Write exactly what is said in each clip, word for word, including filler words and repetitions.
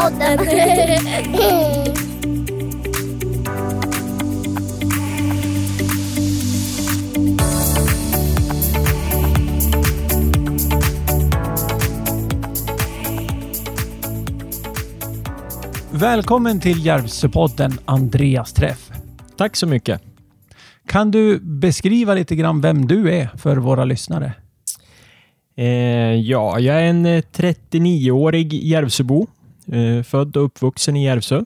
Järvsöpodden. Välkommen till Järvsöpodden, Andreas Träff. Tack så mycket. Kan du beskriva lite grann vem du är för våra lyssnare? Eh, ja, jag är en trettionioårig Järvsöbo. Eh, född och uppvuxen i Järvsö.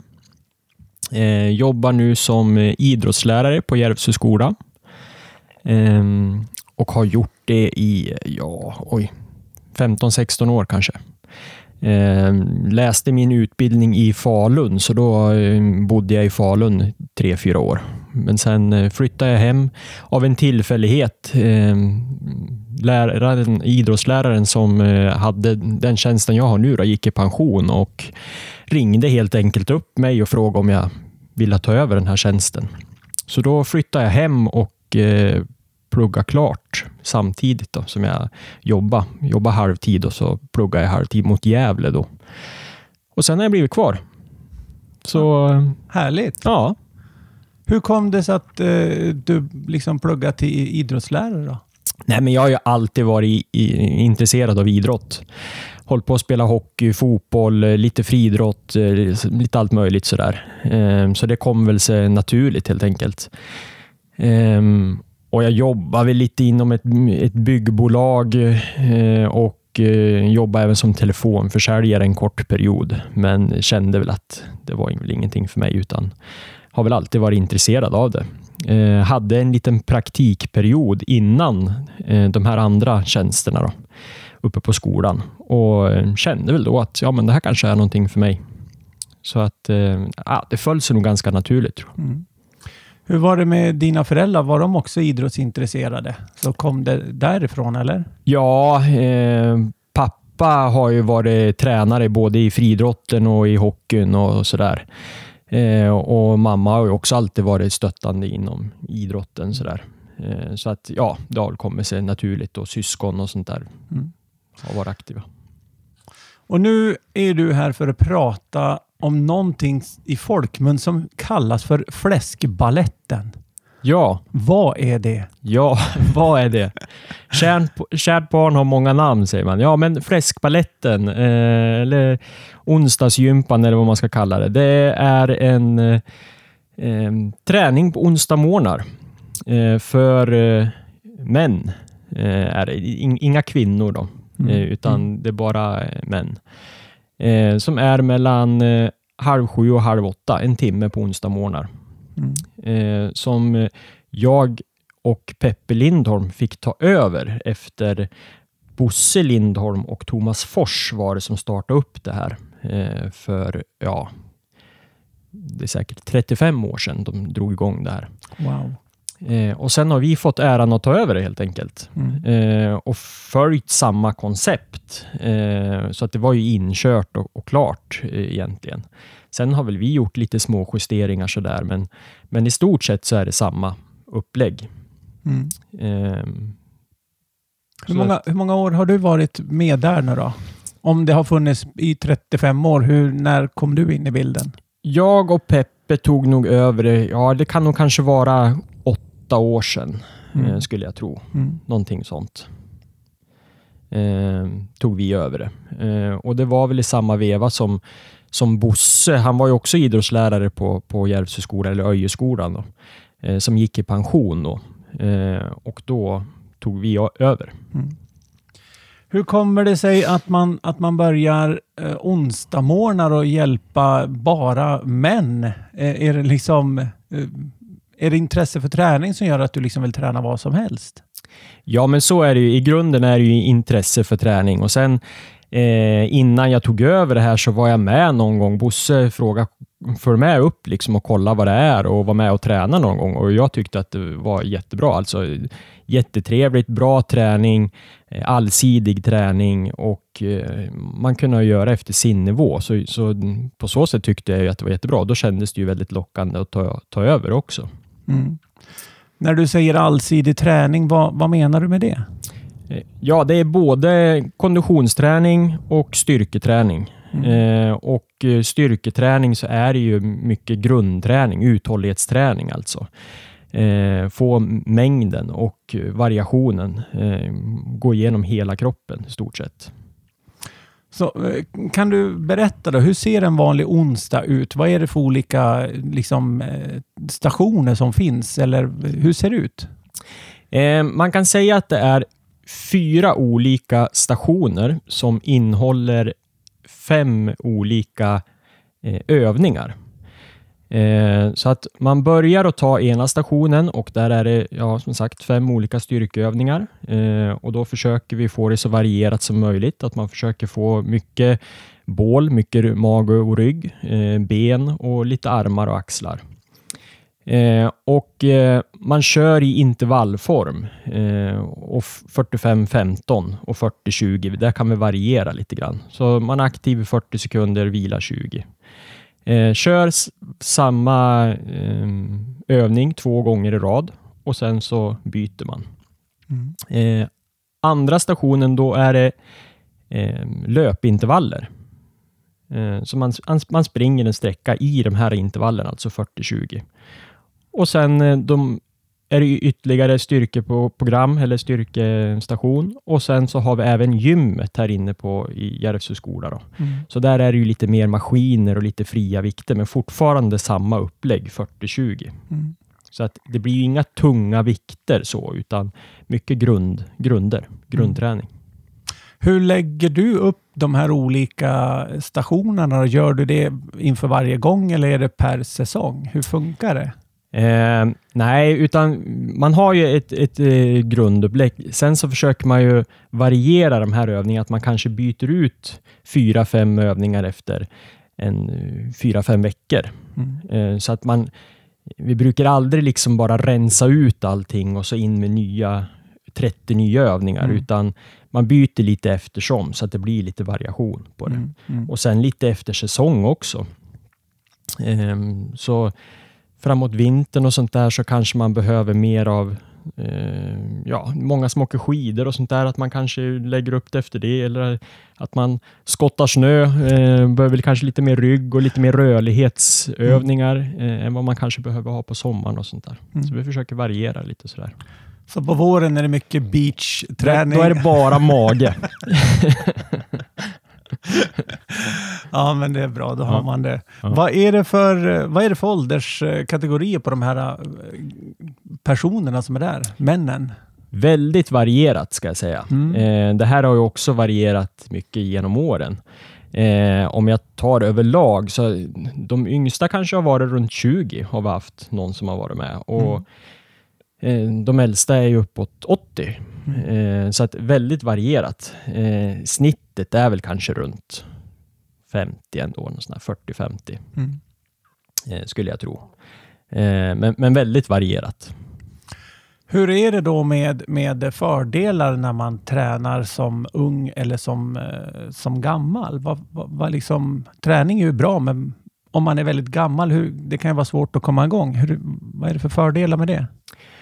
Eh, jobbar nu som idrottslärare på Järvsö skola. Eh, och har gjort det i ja, oj, femton sexton år kanske. Eh, läste min utbildning i Falun, så då eh, bodde jag i Falun tre fyra år. Men sen eh, flyttade jag hem av en tillfällighet. Eh, läraren, idrottsläraren som eh, hade den tjänsten jag har nu då, gick i pension och ringde helt enkelt upp mig och frågade om jag ville ta över den här tjänsten. Så då flyttade jag hem och eh, plugga klart samtidigt då, som jag jobbar. Jobbar halvtid och så pluggar jag halvtid mot Gävle då. Och sen har jag blivit kvar. Så härligt. Ja. Hur kom det så att eh, du liksom pluggade till idrottslärare då? Nej, men jag har ju alltid varit i, intresserad av idrott. Hållit på att spela hockey, fotboll, lite friidrott, lite allt möjligt sådär. Eh, så det kom väl sig naturligt helt enkelt. Eh, Och jag jobbar väl lite inom ett, ett byggbolag eh, och eh, jobbar även som telefonförsäljare en kort period. Men kände väl att det var väl ingenting för mig, utan har väl alltid varit intresserad av det. Eh, hade en liten praktikperiod innan eh, de här andra tjänsterna då, uppe på skolan. Och eh, kände väl då att ja, men det här kanske är någonting för mig. Så att eh, ja, det föll sig nog ganska naturligt, tror jag. Mm. Hur var det med dina föräldrar? Var de också idrottsintresserade? Så kom det därifrån, eller? Ja, eh, pappa har ju varit tränare både i friidrotten och i hockeyn och sådär. Eh, och mamma har ju också alltid varit stöttande inom idrotten sådär. Eh, så att ja, det har kommit sig naturligt, och syskon och sånt där mm. har varit aktiva. Och nu är du här för att prata om någonting i folkmun som kallas för fläskballetten. Ja. Vad är det? Ja, vad är det? Kärt barn har många namn, säger man. Ja, men fläskballetten eh, eller onsdagsgympan eller vad man ska kalla det. Det är en eh, träning på onsdagmorgnar eh, för eh, män. Eh, är det. Inga kvinnor då, mm. eh, utan mm. det är bara eh, män. Eh, som är mellan eh, halv sju och halv åtta, en timme på onsdag morgnar. Mm. Eh, som jag och Peppe Lindholm fick ta över efter Bosse Lindholm och Thomas Fors var det som startade upp det här eh, för, ja, det är säkert trettiofem år sedan de drog igång det här. Wow. Eh, och sen har vi fått äran att ta över det helt enkelt. Mm. Eh, och följt samma koncept. Eh, så att det var ju inkört och, och klart eh, egentligen. Sen har väl vi gjort lite små justeringar sådär. Men, men i stort sett så är det samma upplägg. Mm. Eh, hur, många, att, hur många år har du varit med där nu då? Om det har funnits i trettiofem år, hur, när kom du in i bilden? Jag och Peppe tog nog över det. Ja, det kan nog kanske vara åtta år sedan, mm. eh, skulle jag tro. Mm. Någonting sånt. Eh, tog vi över det. Eh, och det var väl i samma veva som, som Bosse. Han var ju också idrottslärare på, på Järvsö skola, eller Öjeskolan då, eh, som gick i pension då. Eh, och då tog vi över. Mm. Hur kommer det sig att man, att man börjar eh, onsdagmorgnar och hjälpa bara män? Eh, är det liksom eh, är det intresse för träning som gör att du liksom vill träna vad som helst? Ja, men så är det ju. I grunden är det ju intresse för träning. Och sen eh, innan jag tog över det här så var jag med någon gång. Bosse frågade, för med upp liksom och kolla vad det är och var med och träna någon gång. Och jag tyckte att det var jättebra. Alltså jättetrevligt, bra träning, allsidig träning och eh, man kunde göra efter sin nivå. Så, så på så sätt tyckte jag att det var jättebra. Då kändes det ju väldigt lockande att ta, ta över också. Mm. När du säger allsidig träning, vad, vad menar du med det? Ja, det är både konditionsträning och styrketräning. Mm. Eh, och styrketräning så är det ju mycket grundträning, uthållighetsträning alltså. Eh, få mängden och variationen eh, gå igenom hela kroppen i stort sett. Så kan du berätta då, hur ser en vanlig onsdag ut? Vad är det för olika liksom, stationer som finns? Eller hur ser det ut? Eh, man kan säga att det är fyra olika stationer som innehåller fem olika eh, övningar. Eh, så att man börjar att ta ena stationen och där är det ja, som sagt fem olika styrkeövningar. Eh, och då försöker vi få det så varierat som möjligt. Att man försöker få mycket bål, mycket mage och rygg, eh, ben och lite armar och axlar. Eh, och eh, man kör i intervallform eh, och fyrtiofem femton och fyrtio tjugo. Där kan vi variera lite grann. Så man är aktiv i fyrtio sekunder, vila tjugo. Eh, kör s- samma eh, övning två gånger i rad och sen så byter man. Mm. Eh, andra stationen då är det eh, löpintervaller. Eh, så man, man springer en sträcka i de här intervallerna, alltså fyrtio tjugo. Och sen eh, de är det ytterligare styrkeprogram eller styrkestation. Och sen så har vi även gymmet här inne på i Järvsö skola då. Mm. Så där är det ju lite mer maskiner och lite fria vikter, men fortfarande samma upplägg, fyrtio tjugo. Mm. Så att det blir ju inga tunga vikter så, utan mycket grund, grunder, grundträning. Mm. Hur lägger du upp de här olika stationerna? Gör du det inför varje gång eller är det per säsong? Hur funkar det? Eh, nej, utan man har ju ett, ett eh, grundupplägg. Sen så försöker man ju variera de här övningarna. Att man kanske byter ut fyra, fem övningar efter en fyra, fem veckor. Mm. Eh, så att man, vi brukar aldrig liksom bara rensa ut allting och så in med nya trettio nya övningar. Mm. Utan man byter lite eftersom så att det blir lite variation på det. Mm. Mm. Och sen lite efter säsong också. Eh, så framåt vintern och sånt där så kanske man behöver mer av eh, ja, många som åker skidor och sånt där, att man kanske lägger upp det efter det, eller att man skottar snö, eh, behöver kanske lite mer rygg och lite mer rörlighetsövningar eh, än vad man kanske behöver ha på sommaren och sånt där. Mm. Så vi försöker variera lite sådär. Så på våren är det mycket beach-träning? Då är det bara mage. Ja, men det är bra, då har ja. man det. Ja. Vad är det för, vad är det för ålderskategorier på de här personerna som är där? Männen? Väldigt varierat ska jag säga. Mm. Eh, det här har ju också varierat mycket genom åren. Eh, om jag tar överlag så de yngsta kanske har varit runt tjugo, har vi haft någon som har varit med. Och mm. eh, de äldsta är ju uppåt åttio. Mm. Eh, så att väldigt varierat. Eh, snittet är väl kanske runt femtio ändå, fyrtio femtio mm. eh, skulle jag tro. Eh, men, men väldigt varierat. Hur är det då med, med fördelar när man tränar som ung eller som, eh, som gammal? Vad, vad, vad liksom, träning är ju bra, men om man är väldigt gammal, hur, det kan ju vara svårt att komma igång. Hur, vad är det för fördelar med det?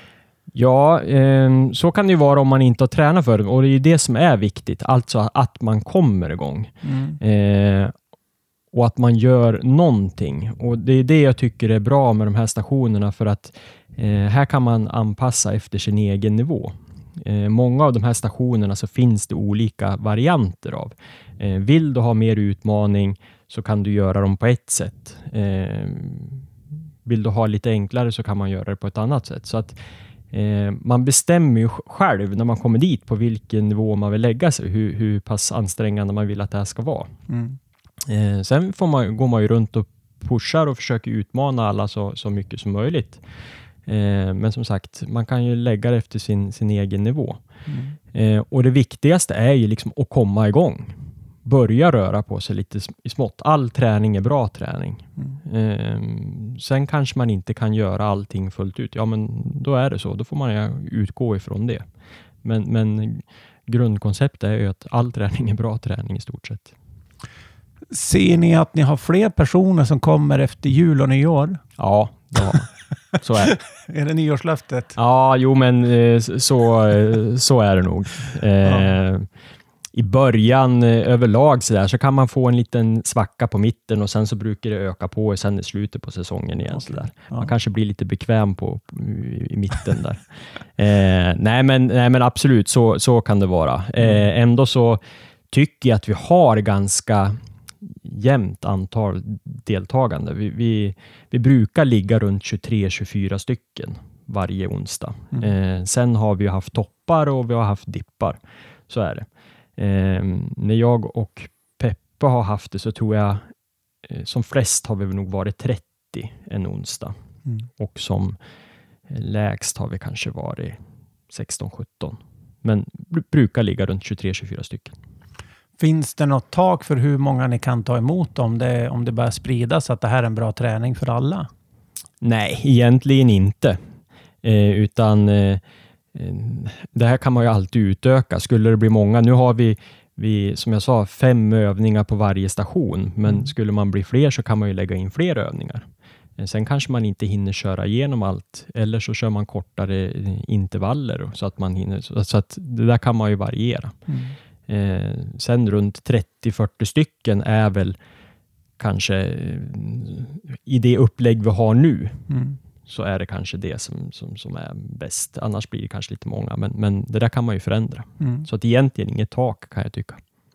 Ja, eh, så kan det ju vara om man inte har tränat för det. Och det är ju det som är viktigt. Alltså att man kommer igång. Mm. Eh, och att man gör någonting. Och det är det jag tycker är bra med de här stationerna. För att eh, här kan man anpassa efter sin egen nivå. Eh, många av de här stationerna så finns det olika varianter av. Eh, vill du ha mer utmaning så kan du göra dem på ett sätt. Eh, vill du ha lite enklare så kan man göra det på ett annat sätt. Så att Eh, man bestämmer ju själv när man kommer dit på vilken nivå man vill lägga sig. Hur, hur pass ansträngande man vill att det här ska vara. Mm. Eh, sen får man, går man ju runt och pushar och försöker utmana alla så, så mycket som möjligt. Eh, men som sagt, man kan ju lägga det efter sin, sin egen nivå. Mm. Eh, och det viktigaste är ju liksom att komma igång. Börja röra på sig lite i smått. All träning är bra träning. Mm. Eh, sen kanske man inte kan göra allting fullt ut. Ja, men då är det så. Då får man ju utgå ifrån det. Men, men grundkonceptet är ju att all träning är bra träning i stort sett. Ser ni att ni har fler personer som kommer efter jul och nyår? Ja, ja. Så är det. Är det nyårslöftet? Ja, jo men så, så är det nog. Eh, ja. i början eh, överlag så, där, så kan man få en liten svacka på mitten och sen så brukar det öka på och sen i slutet på säsongen igen. Okay. Så där. Ja. Man kanske blir lite bekväm på, i, i mitten där. eh, nej, men, nej men absolut, så, så kan det vara. Eh, ändå så tycker jag att vi har ganska jämnt antal deltagande. Vi, vi, vi brukar ligga runt tjugotre till tjugofyra stycken varje onsdag. Mm. Eh, sen har vi haft toppar och vi har haft dippar. Så är det. Eh, när jag och Peppe har haft det så tror jag eh, som flest har vi nog varit trettio en onsdag. Mm. Och som lägst har vi kanske varit sexton sjutton. Men br- brukar ligga runt tjugotre till tjugofyra stycken. Finns det något tak för hur många ni kan ta emot om det, om det börjar spridas att det här är en bra träning för alla? Nej, egentligen inte. Eh, utan eh, det här kan man ju alltid utöka. Skulle det bli många, nu har vi, vi som jag sa, fem övningar på varje station. Men mm. skulle man bli fler så kan man ju lägga in fler övningar. Eh, sen kanske man inte hinner köra igenom allt. Eller så kör man kortare intervaller så att man hinner. Så, så att det där kan man ju variera. Mm. Eh, sen runt trettio till fyrtio stycken är väl kanske eh, i det upplägg vi har nu mm. så är det kanske det som, som, som är bäst. Annars blir det kanske lite många, men, men det där kan man ju förändra. Mm. Så att egentligen inget tak kan jag tycka.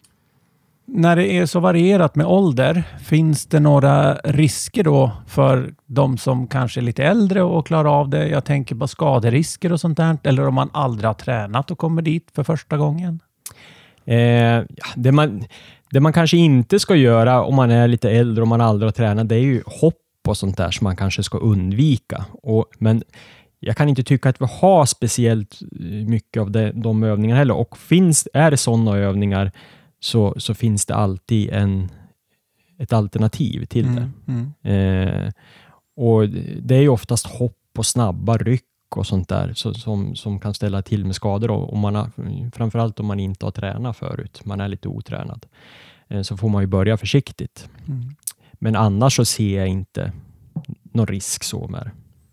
När det är så varierat med ålder, finns det några risker då för de som kanske är lite äldre och klarar av det? Jag tänker på skaderisker och sånt där. Eller om man aldrig har tränat och kommer dit för första gången? Eh, det, man, det man kanske inte ska göra om man är lite äldre och man aldrig har tränat, det är ju hopp och sånt där som man kanske ska undvika. Och, men jag kan inte tycka att vi har speciellt mycket av det, de övningarna heller. Och finns, är det sådana övningar så, så finns det alltid en, ett alternativ till det. Mm, mm. Eh, och det är ju oftast hopp och snabba ryck och sånt där så, som, som kan ställa till med skador. Och man har, framförallt om man inte har tränat förut. Man är lite otränad. Eh, så får man ju börja försiktigt. Mm. Men annars så ser jag inte någon risk så med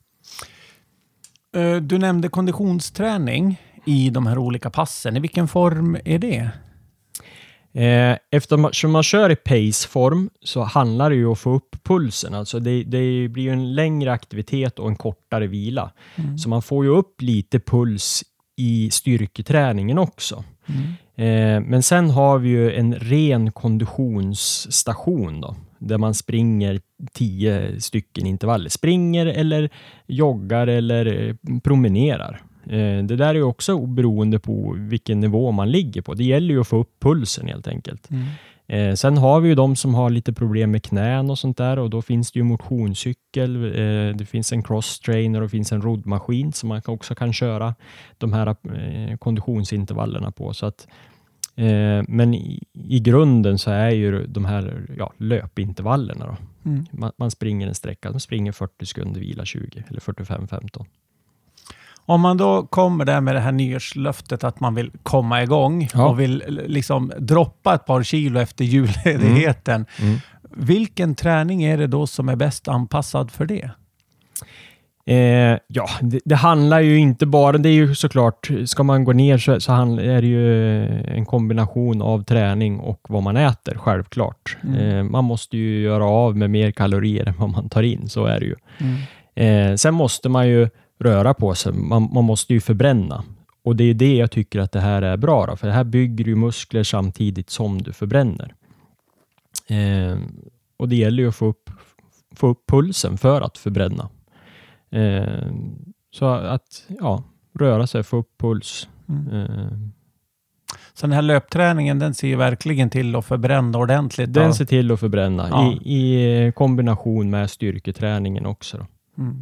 det. Du nämnde konditionsträning i de här olika passen. I vilken form är det? Eftersom man kör i paceform så handlar det ju om att få upp pulsen. Alltså det, det blir ju en längre aktivitet och en kortare vila. Mm. Så man får ju upp lite puls i styrketräningen också. Mm. Men sen har vi ju en ren konditionsstation då. Där man springer tio stycken intervaller. Springer eller joggar eller promenerar. Det där är ju också beroende på vilken nivå man ligger på. Det gäller ju att få upp pulsen helt enkelt. Mm. Sen har vi ju de som har lite problem med knän och sånt där. Och då finns det ju motionscykel. Det finns en cross-trainer och det finns en roddmaskin som man också kan köra de här konditionsintervallerna på. Så att men i, i grunden så är ju de här ja, löpintervallerna då. Mm. Man, man springer en sträcka, man springer fyrtio sekunder, vila tjugo eller fyrtiofem femton. Om man då kommer där med det här nyårslöftet att man vill komma igång ja. och vill liksom droppa ett par kilo efter julledigheten. Mm. Mm. Vilken träning är det då som är bäst anpassad för det? Eh, ja, det, det handlar ju inte bara, det är ju såklart, ska man gå ner så, så handlar, är det ju en kombination av träning och vad man äter, självklart. Mm. Eh, man måste ju göra av med mer kalorier än vad man tar in, så är det ju. Mm. Eh, sen måste man ju röra på sig, man, man måste ju förbränna. Och det är det jag tycker att det här är bra då, för det här bygger ju muskler samtidigt som du förbränner. Eh, och det gäller ju att få upp, få upp pulsen för att förbränna. Eh, så att ja, röra sig, få upp puls. Mm. Eh. Så den här löpträningen, den ser ju verkligen till att förbränna ordentligt. Den ser till att förbränna ja. i, i kombination med styrketräningen också. Då. Mm.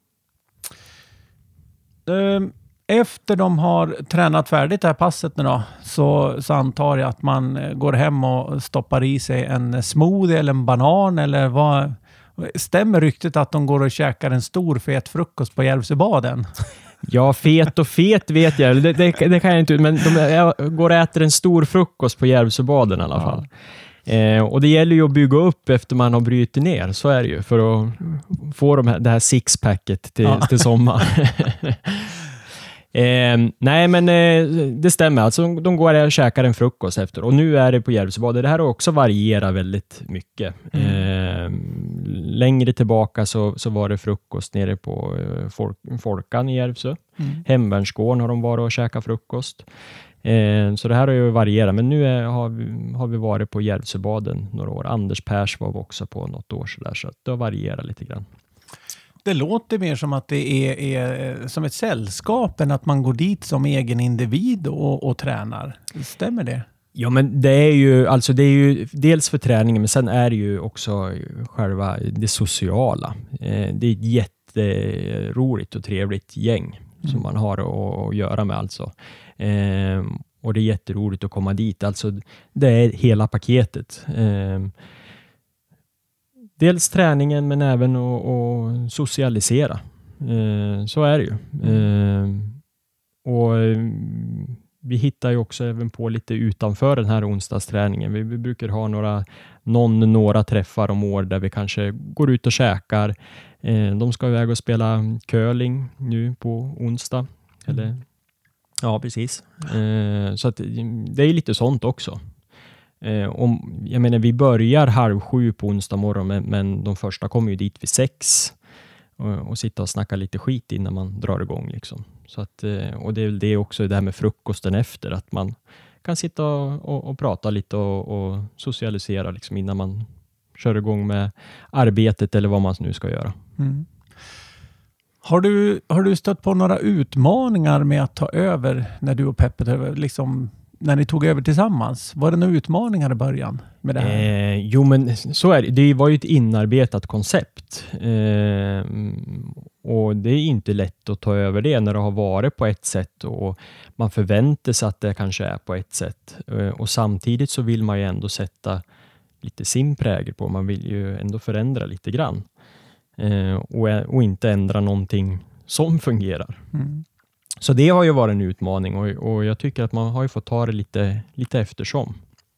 Mm. Efter de har tränat färdigt det här passet nu då, så, så antar jag att man går hem och stoppar i sig en smoothie eller en banan eller vad. Stämmer ryktet att de går och käkar en stor fet frukost på Järvsöbaden? Ja, fet och fet vet jag. Det, det, det kan jag inte, men de går och äter en stor frukost på Järvsöbaden i alla fall. Ja. Eh, och det gäller ju att bygga upp efter man har brutit ner, så är det ju, för att få de här, det här sixpacket till, ja. till sommar. Eh, nej, men eh, det stämmer. Alltså, de går och käkar en frukost efter. Och nu är det på Järvsöbadet. Det här har också varierat väldigt mycket. Mm. Eh, längre tillbaka så, så var det frukost nere på eh, folk, Folkan i Järvsö. Mm. Hemvärnsgården har de varit och käkat frukost. Eh, så det här har ju varierat. Men nu är, har, vi, har vi varit på Järvsöbaden några år. Anders Pers var också på något år så där. Så det har varierat lite grann. Det låter mer som att det är, är som ett sällskap än att man går dit som egen individ och, och tränar. Stämmer det? Ja, men det är ju alltså det är ju dels för träningen, men sen är det ju också själva det sociala. Eh, det är ett jätteroligt och trevligt gäng mm. som man har att, att göra med alltså. Eh, och det är jätteroligt att komma dit. Alltså det är hela paketet. Eh, Dels träningen men även att, att socialisera. Eh, så är det ju. Eh, och vi hittar ju också även på lite utanför den här onsdagsträningen. Vi, vi brukar ha några, någon, några träffar om år där vi kanske går ut och käkar. Eh, de ska iväg och spela curling nu på onsdag. Mm. Eller, ja, precis. Eh, så att det är lite sånt också. Eh, om, jag menar, vi börjar halv sju på onsdag morgon, men, men de första kommer ju dit vid sex och, och sitta och snacka lite skit innan man drar igång liksom. Så att, eh, och det är väl det också det här med frukosten efter, att man kan sitta och, och, och prata lite och, och socialisera liksom innan man kör igång med arbetet eller vad man nu ska göra. Mm. Har du, har du stött på några utmaningar med att ta över när du och Peppe liksom när ni tog över tillsammans? Var det några utmaningar i början med det här? Eh, jo, men så är det. Det var ju ett inarbetat koncept. Eh, och det är inte lätt att ta över det när det har varit på ett sätt och man förväntar sig att det kanske är på ett sätt. Eh, och samtidigt så vill man ju ändå sätta lite sin prägel på. Man vill ju ändå förändra lite grann. Eh, och, och inte ändra någonting som fungerar. Mm. Så det har ju varit en utmaning och, och jag tycker att man har ju fått ta det lite, lite eftersom.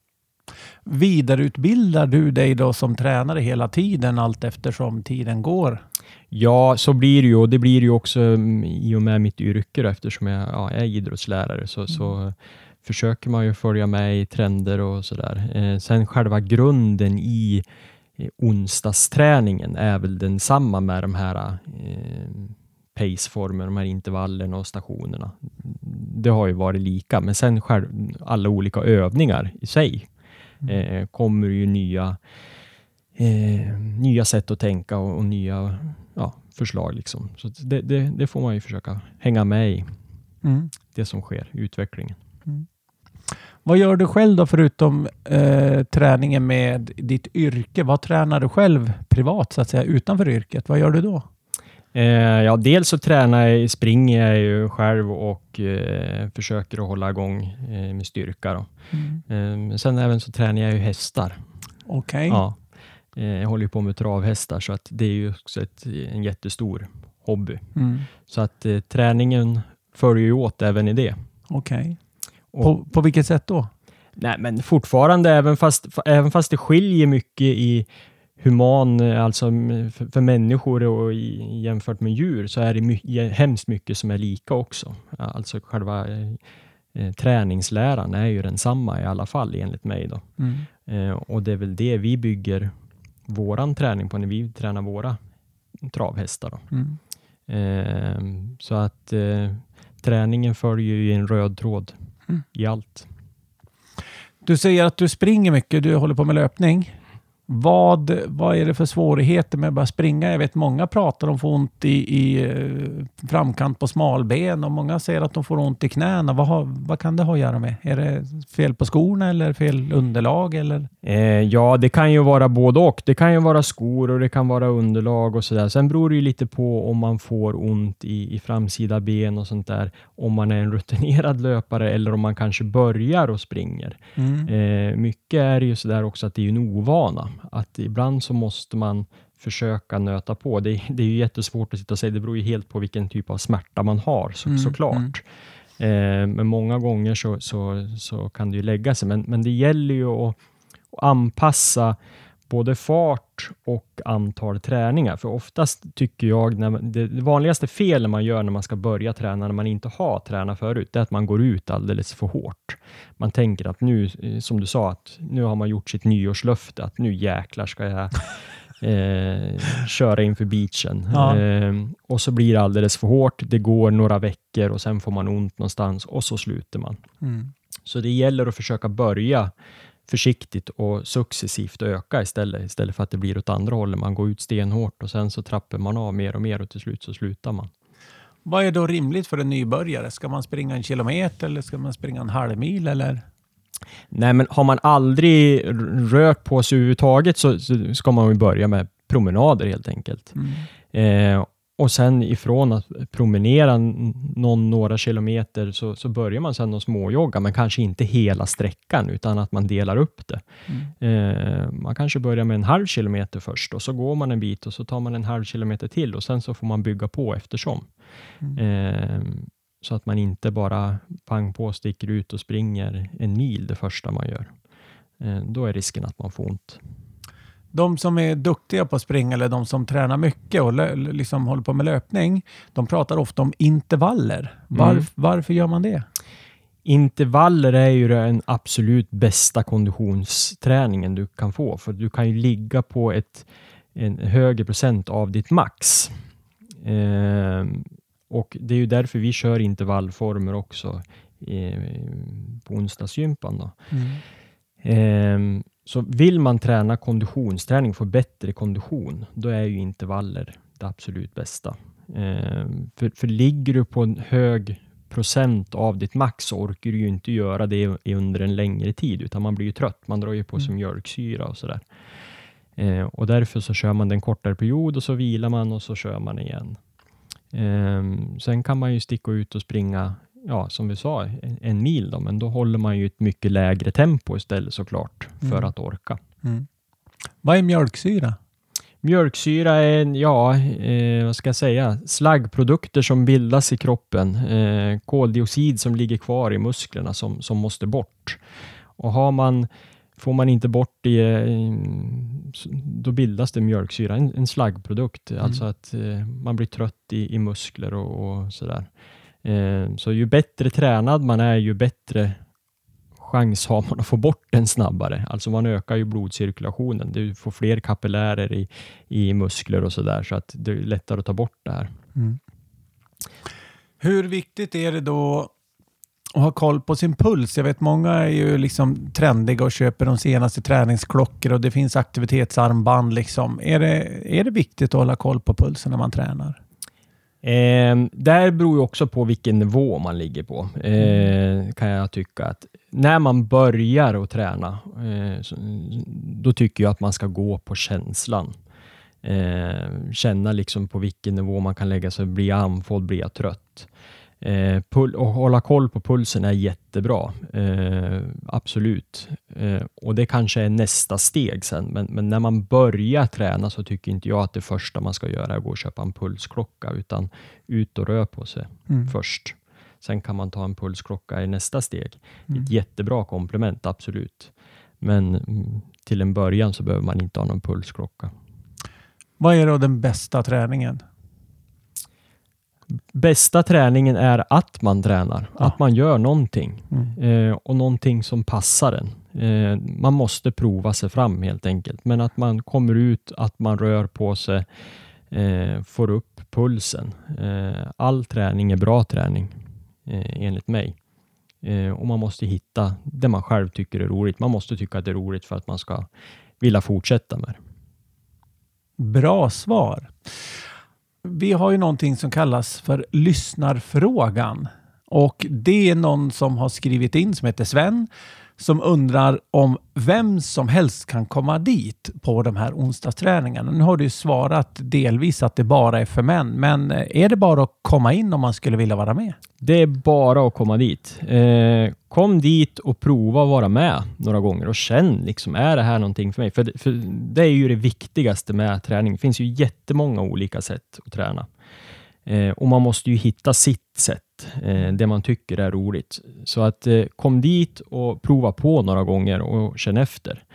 Vidareutbildar du dig då som tränare hela tiden allt eftersom tiden går? Ja, så blir det ju. Och det blir ju också i och med mitt yrke då, eftersom jag ja, är idrottslärare så, mm. så försöker man ju följa med i trender och sådär. Eh, sen själva grunden i eh, onsdagsträningen är väl densamma med de här eh, paceformer, de här intervallerna och stationerna. Det har ju varit lika, men sen själv, alla olika övningar i sig eh, kommer ju nya eh, nya sätt att tänka och, och nya ja, förslag liksom. Så det, det, det får man ju försöka hänga med i mm. det som sker, utvecklingen. Mm. Vad gör du själv då förutom eh, träningen med ditt yrke? Vad tränar du själv privat så att säga utanför yrket? Vad gör du då? Eh, ja, dels så tränar jag, springer jag ju själv och eh, försöker att hålla igång eh, med styrka då. Mm. Eh, sen även så tränar jag ju hästar. Okej. Okay. Ja. Eh, jag håller ju på med travhästar så att det är ju också ett, en jättestor hobby. Mm. Så att eh, träningen följer ju åt även i det. Okej. Okay. På, på vilket sätt då? Nej, men fortfarande även fast, även fast det skiljer mycket i human, alltså för, för människor och i, jämfört med djur så är det my, hemskt mycket som är lika också. Alltså själva eh, träningsläran är ju densamma i alla fall enligt mig då. Mm. Eh, och det är väl det vi bygger våran träning på när vi tränar våra travhästar då. Mm. Eh, så att eh, träningen följer ju en röd tråd mm. i allt. Du säger att du springer mycket, du håller på med löpning. Vad, vad är det för svårigheter med att bara springa? Jag vet många pratar om att få ont i, i framkant på smalben och många säger att de får ont i knäna. Vad, har, vad kan det ha att göra med? Är det fel på skorna eller fel underlag? Eller? Eh, ja, det kan ju vara både och. Det kan ju vara skor och det kan vara underlag och sådär. Sen beror det ju lite på om man får ont i, i framsida ben och sånt där. Om man är en rutinerad löpare eller om man kanske börjar och springer. Mm. Eh, mycket är det ju sådär också att det är en ovana. Att ibland så måste man försöka nöta på. Det, det är ju jättesvårt att sitta och säga. Det beror ju helt på vilken typ av smärta man har så, mm, såklart. Mm. Eh, men många gånger så, så, så kan det ju lägga sig. Men, men det gäller ju att, att anpassa både fart och antal träningar. För oftast tycker jag, när man, det vanligaste felet man gör när man ska börja träna, när man inte har tränat förut, det är att man går ut alldeles för hårt. Man tänker att nu, som du sa, att nu har man gjort sitt nyårslöfte, att nu jäklar ska jag eh, köra inför beachen. Ja. Eh, och så blir det alldeles för hårt. Det går några veckor och sen får man ont någonstans och så slutar man. Mm. Så det gäller att försöka börja försiktigt och successivt öka istället, istället för att det blir åt andra hållet. Man går ut stenhårt och sen så trappar man av mer och mer och till slut så slutar man. Vad är då rimligt för en nybörjare? Ska man springa en kilometer eller ska man springa en halv mil eller? Nej, men har man aldrig rört på sig överhuvudtaget så, så ska man ju börja med promenader helt enkelt. Mm. Eh, och sen ifrån att promenera någon, några kilometer så, så börjar man sen att småjogga, men kanske inte hela sträckan utan att man delar upp det. Mm. Eh, man kanske börjar med en halv kilometer först och så går man en bit och så tar man en halv kilometer till och sen så får man bygga på eftersom. Mm. Eh, så att man inte bara pang på sticker ut och springer en mil det första man gör. Eh, då är risken att man får ont. De som är duktiga på att springa eller de som tränar mycket och lö- liksom håller på med löpning, de pratar ofta om intervaller. Var, mm. Varför gör man det? Intervaller är ju den absolut bästa konditionsträningen du kan få. För du kan ju ligga på ett, en högre procent av ditt max. Eh, och det är ju därför vi kör intervallformer också eh, på onsdagsgympan då. Mm. Eh, Så vill man träna konditionsträning, få bättre kondition, då är ju intervaller det absolut bästa. Eh, för, för ligger du på en hög procent av ditt max så orkar du ju inte göra det under en längre tid, utan man blir ju trött. Man drar ju på sig mm. mjölksyra och sådär. Eh, och därför så kör man den kortare period och så vilar man och så kör man igen. Eh, sen kan man ju sticka ut och springa, ja, som vi sa, en, en mil då, men då håller man ju ett mycket lägre tempo istället såklart för mm. att orka. Mm. Vad är mjölksyra? Mjölksyra är, ja, eh, vad ska jag säga, slaggprodukter som bildas i kroppen. Eh, koldioxid som ligger kvar i musklerna som, som måste bort. Och har man, får man inte bort det, eh, då bildas det mjölksyra, en, en slaggprodukt. Mm. Alltså att eh, man blir trött i, i muskler och, och sådär. Eh, så ju bättre tränad man är, ju bättre chans har man att få bort den snabbare. Alltså man ökar ju blodcirkulationen. Du får fler kapillärer i, i muskler och sådär, så att det är lättare att ta bort det här. Mm. Hur viktigt är det då att ha koll på sin puls? Jag vet många är ju liksom trendiga och köper de senaste träningsklockor och det finns aktivitetsarmband liksom. Är det, är det viktigt att hålla koll på pulsen när man tränar? Eh, där beror ju också på vilken nivå man ligger på. Eh, kan jag tycka att när man börjar att träna eh, så, då tycker jag att man ska gå på känslan. Eh, känna liksom på vilken nivå man kan lägga sig. Blir jag andfådd, blir jag trött. Eh, pul- och hålla koll på pulsen är jättebra. Eh, absolut. Eh, och det kanske är nästa steg sen. Men, men när man börjar träna så tycker inte jag att det första man ska göra är att gå och köpa en pulsklocka. Utan ut och rör på sig mm. först. Sen kan man ta en pulsklocka i nästa steg. Mm. Ett jättebra komplement, absolut. Men mm, till en början så behöver man inte ha någon pulsklocka. Vad är då den bästa träningen? Bästa träningen är att man tränar. Ja. Att man gör någonting. Mm. Eh, och någonting som passar en. Eh, man måste prova sig fram helt enkelt. Men att man kommer ut, att man rör på sig. Eh, får upp pulsen. Eh, all träning är bra träning. Eh, enligt mig. Eh, och man måste hitta det man själv tycker är roligt. Man måste tycka att det är roligt för att man ska vilja fortsätta med det. Bra svar. Vi har ju någonting som kallas för lyssnarfrågan. Och det är någon som har skrivit in som heter Sven. Som undrar om vem som helst kan komma dit på de här onsdagsträningarna. Nu har du ju svarat delvis att det bara är för män. Men är det bara att komma in om man skulle vilja vara med? Det är bara att komma dit. Eh, kom dit och prova att vara med några gånger. Och känn, liksom, är det här någonting för mig? För, för det är ju det viktigaste med träning. Det finns ju jättemånga olika sätt att träna. Eh, och man måste ju hitta sitt sätt. Eh, det man tycker är roligt. Så att eh, kom dit och prova på några gånger och känn efter.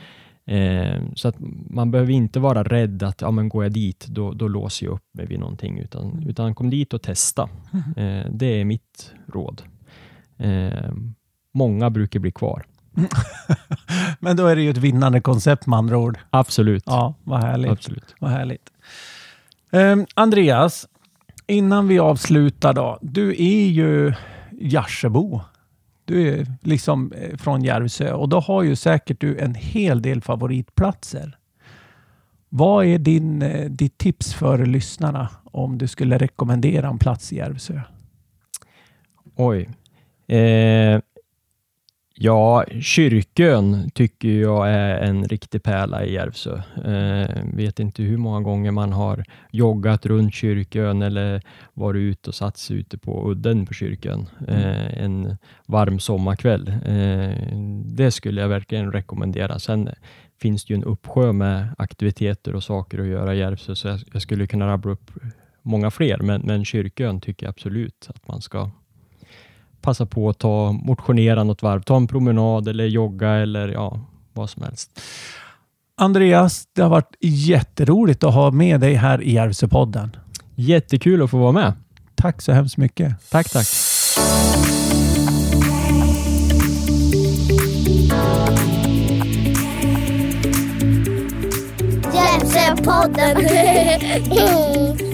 Eh, så att man behöver inte vara rädd att ja, men går jag dit, då, då låser jag upp mig vid någonting. Utan, mm. utan kom dit och testa. Eh, det är mitt råd. Eh, många brukar bli kvar. Men då är det ju ett vinnande koncept med andra ord. Absolut. Ja, vad härligt. Absolut. Vad härligt. Um, Andreas, innan vi avslutar då. Du är ju Gärsebo. Du är liksom från Järvsö och då har ju säkert du en hel del favoritplatser. Vad är din, ditt tips för lyssnarna om du skulle rekommendera en plats i Järvsö? Oj. Eh, ja, Kyrkön tycker jag är en riktig pärla i Järvsö. Eh, vet inte hur många gånger man har joggat runt Kyrkön eller varit ute och satt sig ute på udden på Kyrkön eh, en varm sommarkväll. Eh, det skulle jag verkligen rekommendera. Sen finns det ju en uppsjö med aktiviteter och saker att göra i Järvsö, så jag, jag skulle kunna rabbla upp många fler, men, men Kyrkön tycker jag absolut att man ska passa på att ta motionera något varv, ta en promenad eller jogga eller ja, vad som helst. Andreas, det har varit jätteroligt att ha med dig här i Järvsöpodden. Jättekul att få vara med. Tack så hemskt mycket. Tack, tack. Järvsöpodden.